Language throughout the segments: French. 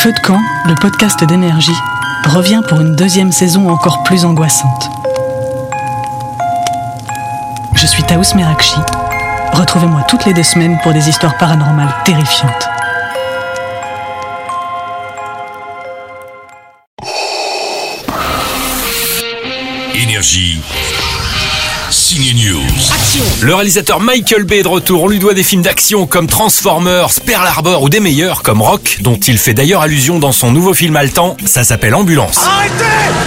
Feu de camp, le podcast d'énergie, revient pour une deuxième saison encore plus angoissante. Je suis Taous Merakchi. Retrouvez-moi toutes les 2 semaines pour des histoires paranormales terrifiantes. Énergie. Signe News. Action. Le réalisateur Michael Bay est de retour. On lui doit des films d'action comme Transformers, Pearl Harbor ou des meilleurs comme Rock, dont il fait d'ailleurs allusion dans son nouveau film haletant. Ça s'appelle Ambulance. Arrêtez!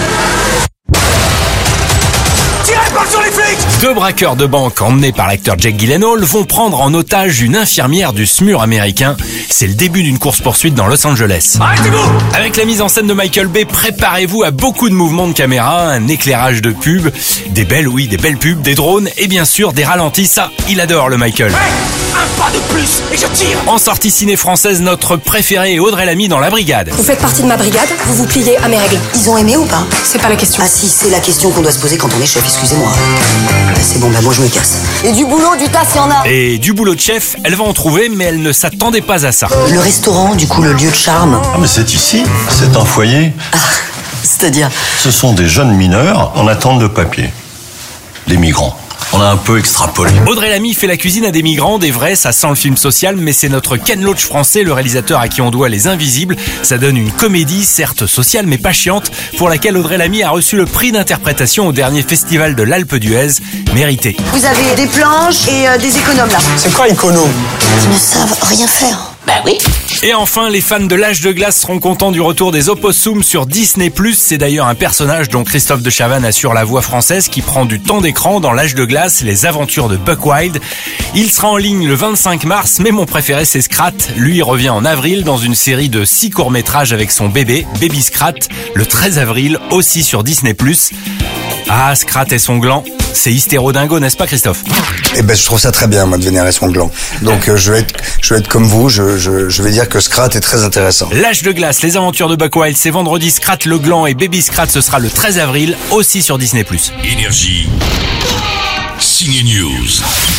Tirez pas sur les flics! 2 braqueurs de banque emmenés par l'acteur Jake Gyllenhaal vont prendre en otage une infirmière du SMUR américain. C'est le début d'une course-poursuite dans Los Angeles. Arrêtez-vous! Avec la mise en scène de Michael Bay, préparez-vous à beaucoup de mouvements de caméra, un éclairage de pub, des belles pubs, des drones et bien sûr des ralentis. Ça, il adore le Michael. Hey, un pas de plus et je tire! En sortie ciné française, notre préféré est Audrey Lamy dans La Brigade. Vous faites partie de ma brigade, vous vous pliez à mes règles. Ils ont aimé ou pas? C'est pas la question. Ah si, c'est la question qu'on doit se poser quand on est chef, excusez-moi. C'est bon, moi je me casse. Et du boulot, du taf, y en a. Et du boulot de chef, elle va en trouver, mais elle ne s'attendait pas à ça. Le restaurant, du coup, le lieu de charme. Ah mais c'est ici, c'est un foyer. C'est-à-dire? Ce sont des jeunes mineurs en attente de papier. Des migrants. On a un peu extrapolé. Audrey Lamy fait la cuisine à des migrants, des vrais, ça sent le film social, mais c'est notre Ken Loach français, le réalisateur à qui on doit Les Invisibles. Ça donne une comédie, certes sociale, mais pas chiante, pour laquelle Audrey Lamy a reçu le prix d'interprétation au dernier festival de l'Alpe d'Huez. Mérité. Vous avez des planches et des économes là. C'est quoi économe? Ils ne savent rien faire. Bah oui. Et enfin, les fans de l'âge de glace seront contents du retour des opossums sur Disney+. C'est d'ailleurs un personnage dont Christophe de Chavannes assure la voix française qui prend du temps d'écran dans l'âge de glace, les aventures de Buck Wild. Il sera en ligne le 25 mars, mais mon préféré c'est Scrat. Lui revient en avril dans une série de 6 courts-métrages avec son bébé, Baby Scrat, le 13 avril, aussi sur Disney+. Ah, Scrat et son gland, c'est hystérodingo, n'est-ce pas Christophe? Eh ben, je trouve ça très bien, moi, de vénérer son gland. Donc, je vais être comme vous, je vais dire que Scrat est très intéressant. L'âge de glace, les aventures de Buck Wild, c'est vendredi. Scrat le gland et Baby Scrat, ce sera le 13 avril, aussi sur Disney+. Énergie. Signe News.